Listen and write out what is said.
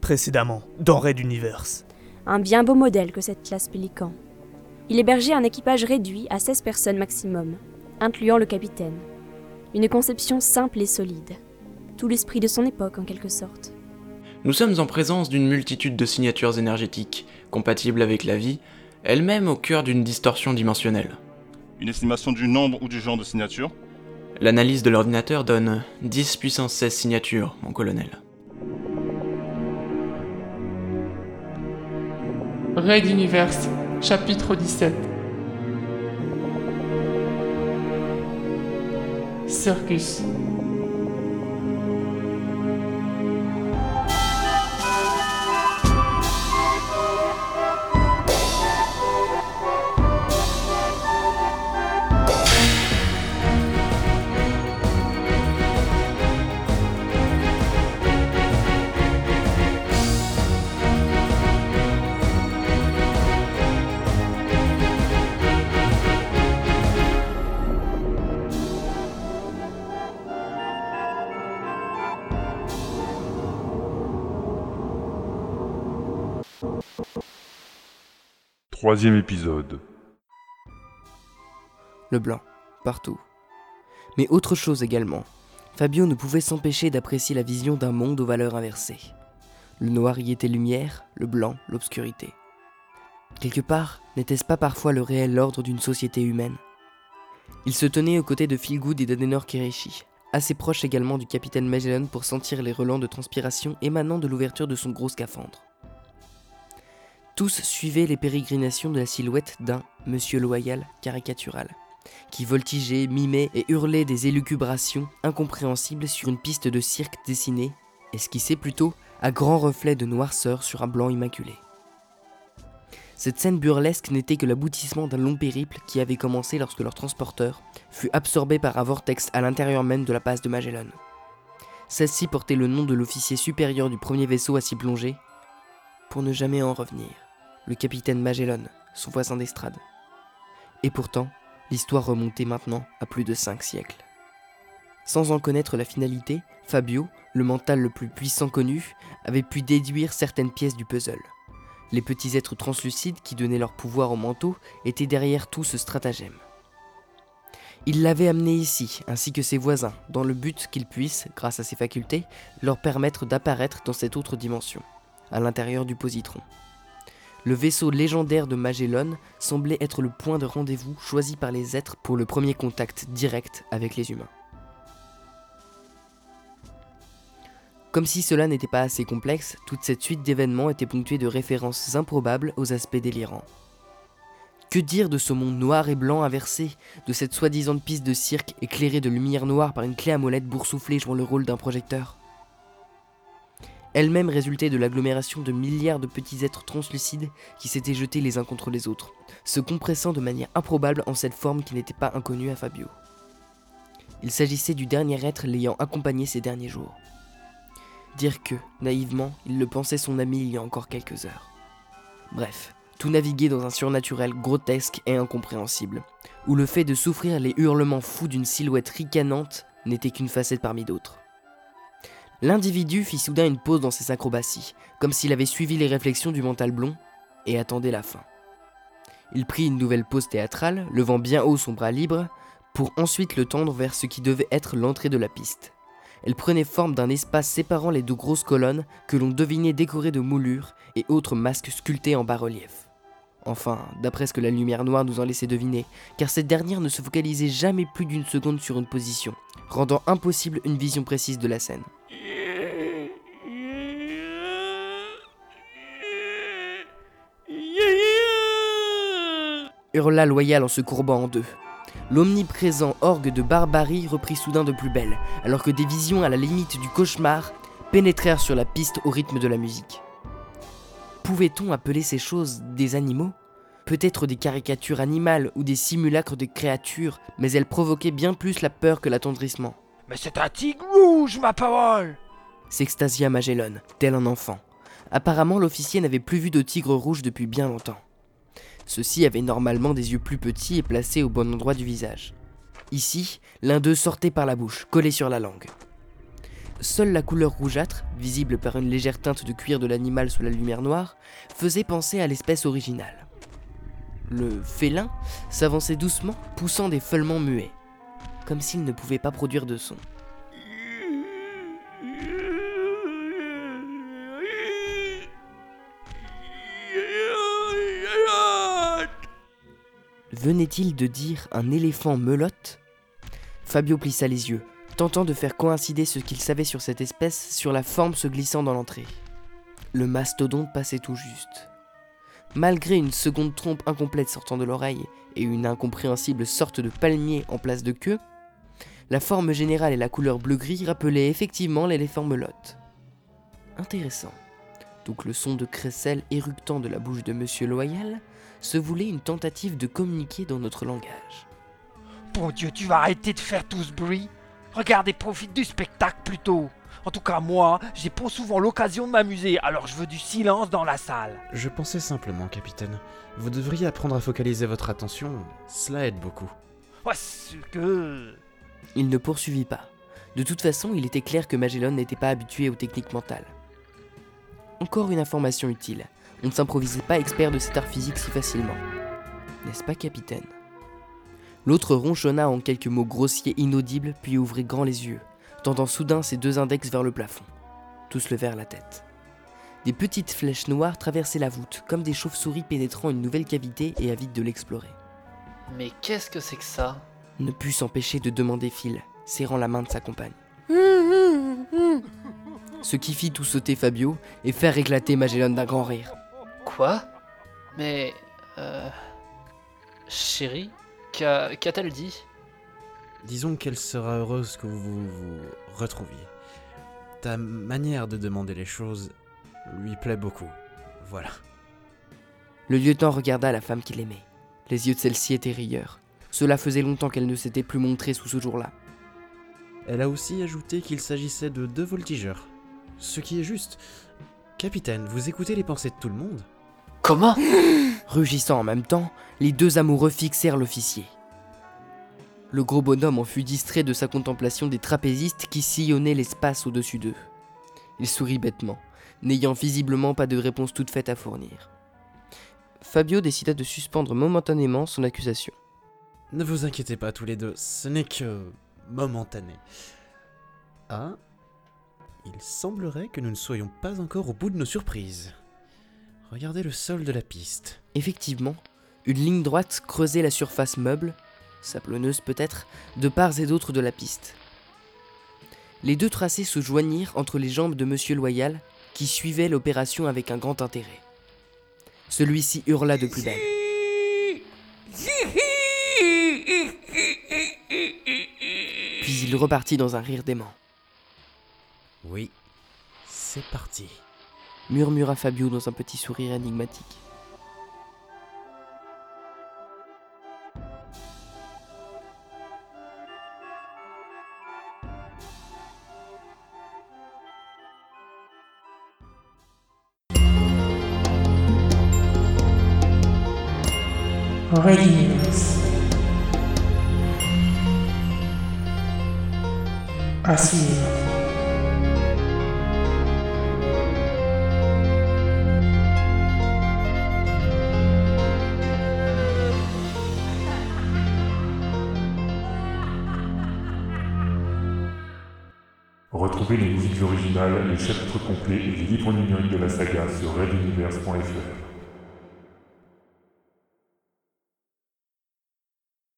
Précédemment, dans Red Universe. Un bien beau modèle que cette classe Pélican. Il hébergeait un équipage réduit à 16 personnes maximum, incluant le capitaine. Une conception simple et solide. Tout l'esprit de son époque en quelque sorte. Nous sommes en présence d'une multitude de signatures énergétiques, compatibles avec la vie, elle-même au cœur d'une distorsion dimensionnelle. Une estimation du nombre ou du genre de signatures? L'analyse de l'ordinateur donne 10 puissance 16 signatures, mon colonel. Raid Universe, chapitre 17. Circus. Troisième épisode. Le blanc, partout. Mais autre chose également. Fabio ne pouvait s'empêcher d'apprécier la vision d'un monde aux valeurs inversées. Le noir y était lumière, le blanc, l'obscurité. Quelque part, n'était-ce pas parfois le réel ordre d'une société humaine? Il se tenait aux côtés de Feelgood et d'Adenor Quereshi, assez proche également du capitaine Magellan pour sentir les relents de transpiration émanant de l'ouverture de son gros scaphandre. Tous suivaient les pérégrinations de la silhouette d'un Monsieur Loyal caricatural, qui voltigeait, mimait et hurlait des élucubrations incompréhensibles sur une piste de cirque dessinée, esquissée plutôt, à grands reflets de noirceur sur un blanc immaculé. Cette scène burlesque n'était que l'aboutissement d'un long périple qui avait commencé lorsque leur transporteur fut absorbé par un vortex à l'intérieur même de la base de Magellan. Celle-ci portait le nom de l'officier supérieur du premier vaisseau à s'y plonger, pour ne jamais en revenir. Le capitaine Magellan, son voisin d'estrade. Et pourtant, l'histoire remontait maintenant à plus de 5 siècles. Sans en connaître la finalité, Fabio, le mental le plus puissant connu, avait pu déduire certaines pièces du puzzle. Les petits êtres translucides qui donnaient leur pouvoir au manteau étaient derrière tout ce stratagème. Il l'avait amené ici, ainsi que ses voisins, dans le but qu'il puisse, grâce à ses facultés, leur permettre d'apparaître dans cette autre dimension, à l'intérieur du positron. Le vaisseau légendaire de Magellan semblait être le point de rendez-vous choisi par les êtres pour le premier contact direct avec les humains. Comme si cela n'était pas assez complexe, toute cette suite d'événements était ponctuée de références improbables aux aspects délirants. Que dire de ce monde noir et blanc inversé, de cette soi-disant piste de cirque éclairée de lumière noire par une clé à molette boursouflée jouant le rôle d'un projecteur? Elle-même résultait de l'agglomération de milliards de petits êtres translucides qui s'étaient jetés les uns contre les autres, se compressant de manière improbable en cette forme qui n'était pas inconnue à Fabio. Il s'agissait du dernier être l'ayant accompagné ces derniers jours. Dire que, naïvement, il le pensait son ami il y a encore quelques heures. Bref, tout naviguait dans un surnaturel grotesque et incompréhensible, où le fait de souffrir les hurlements fous d'une silhouette ricanante n'était qu'une facette parmi d'autres. L'individu fit soudain une pause dans ses acrobaties, comme s'il avait suivi les réflexions du mental blond, et attendait la fin. Il prit une nouvelle pose théâtrale, levant bien haut son bras libre, pour ensuite le tendre vers ce qui devait être l'entrée de la piste. Elle prenait forme d'un espace séparant les deux grosses colonnes que l'on devinait décorées de moulures et autres masques sculptés en bas-relief. Enfin, d'après ce que la lumière noire nous en laissait deviner, car cette dernière ne se focalisait jamais plus d'une seconde sur une position, rendant impossible une vision précise de la scène. Hurla Loyal en se courbant en deux. L'omniprésent orgue de barbarie reprit soudain de plus belle, alors que des visions à la limite du cauchemar pénétrèrent sur la piste au rythme de la musique. Pouvait-on appeler ces choses des animaux? Peut-être des caricatures animales ou des simulacres de créatures, mais elles provoquaient bien plus la peur que l'attendrissement. « Mais c'est un tigre rouge, ma parole !» s'extasia Magellan, tel un enfant. Apparemment, l'officier n'avait plus vu de tigre rouge depuis bien longtemps. Ceux-ci avaient normalement des yeux plus petits et placés au bon endroit du visage. Ici, l'un d'eux sortait par la bouche, collé sur la langue. Seule la couleur rougeâtre, visible par une légère teinte de cuir de l'animal sous la lumière noire, faisait penser à l'espèce originale. Le félin s'avançait doucement, poussant des feulements muets, comme s'il ne pouvait pas produire de son. Venait-il de dire un éléphant melotte ? Fabio plissa les yeux, tentant de faire coïncider ce qu'il savait sur cette espèce sur la forme se glissant dans l'entrée. Le mastodonte passait tout juste. Malgré une seconde trompe incomplète sortant de l'oreille et une incompréhensible sorte de palmier en place de queue, la forme générale et la couleur bleu-gris rappelaient effectivement l'éléphant melotte. Intéressant. Donc le son de crécelle éructant de la bouche de Monsieur Loyal se voulait une tentative de communiquer dans notre langage. Bon Dieu, tu vas arrêter de faire tout ce bruit. Regarde et profite du spectacle plutôt. En tout cas moi, j'ai pas souvent l'occasion de m'amuser, alors je veux du silence dans la salle. Je pensais simplement, capitaine. Vous devriez apprendre à focaliser votre attention, cela aide beaucoup. Ouais, c'est que... Il ne poursuivit pas. De toute façon, il était clair que Magellan n'était pas habitué aux techniques mentales. Encore une information utile. On ne s'improvisait pas expert de cet art physique si facilement. N'est-ce pas, capitaine ? L'autre ronchonna en quelques mots grossiers inaudibles, puis ouvrit grand les yeux, tendant soudain ses deux index vers le plafond. Tous levèrent la tête. Des petites flèches noires traversaient la voûte, comme des chauves-souris pénétrant une nouvelle cavité et avides de l'explorer. Mais qu'est-ce que c'est que ça ? Ne put s'empêcher de demander Phil, serrant la main de sa compagne. Ce qui fit tout sauter Fabio et faire éclater Magellan d'un grand rire. Quoi ? Mais... Chérie ? Qu'a-t-elle dit ? Disons qu'elle sera heureuse que vous vous retrouviez. Ta manière de demander les choses lui plaît beaucoup. Voilà. Le lieutenant regarda la femme qu'il aimait. Les yeux de celle-ci étaient rieurs. Cela faisait longtemps qu'elle ne s'était plus montrée sous ce jour-là. Elle a aussi ajouté qu'il s'agissait de 2 voltigeurs. Ce qui est juste. Capitaine, vous écoutez les pensées de tout le monde ? Comment ? Rugissant en même temps, les deux amoureux fixèrent l'officier. Le gros bonhomme en fut distrait de sa contemplation des trapézistes qui sillonnaient l'espace au-dessus d'eux. Il sourit bêtement, n'ayant visiblement pas de réponse toute faite à fournir. Fabio décida de suspendre momentanément son accusation. Ne vous inquiétez pas tous les deux, ce n'est que momentané. Ah, il semblerait que nous ne soyons pas encore au bout de nos surprises. Regardez le sol de la piste. Effectivement, une ligne droite creusait la surface meuble, sablonneuse peut-être, de part et d'autre de la piste. Les deux tracés se joignirent entre les jambes de Monsieur Loyal, qui suivait l'opération avec un grand intérêt. Celui-ci hurla de plus belle. Puis il repartit dans un rire dément. Oui, c'est parti. Murmura Fabio dans un petit sourire énigmatique. Red Universe. À suivre. Retrouvez les musiques originales, les chapitres complets et les livres numériques de la saga sur reduniverse.fr.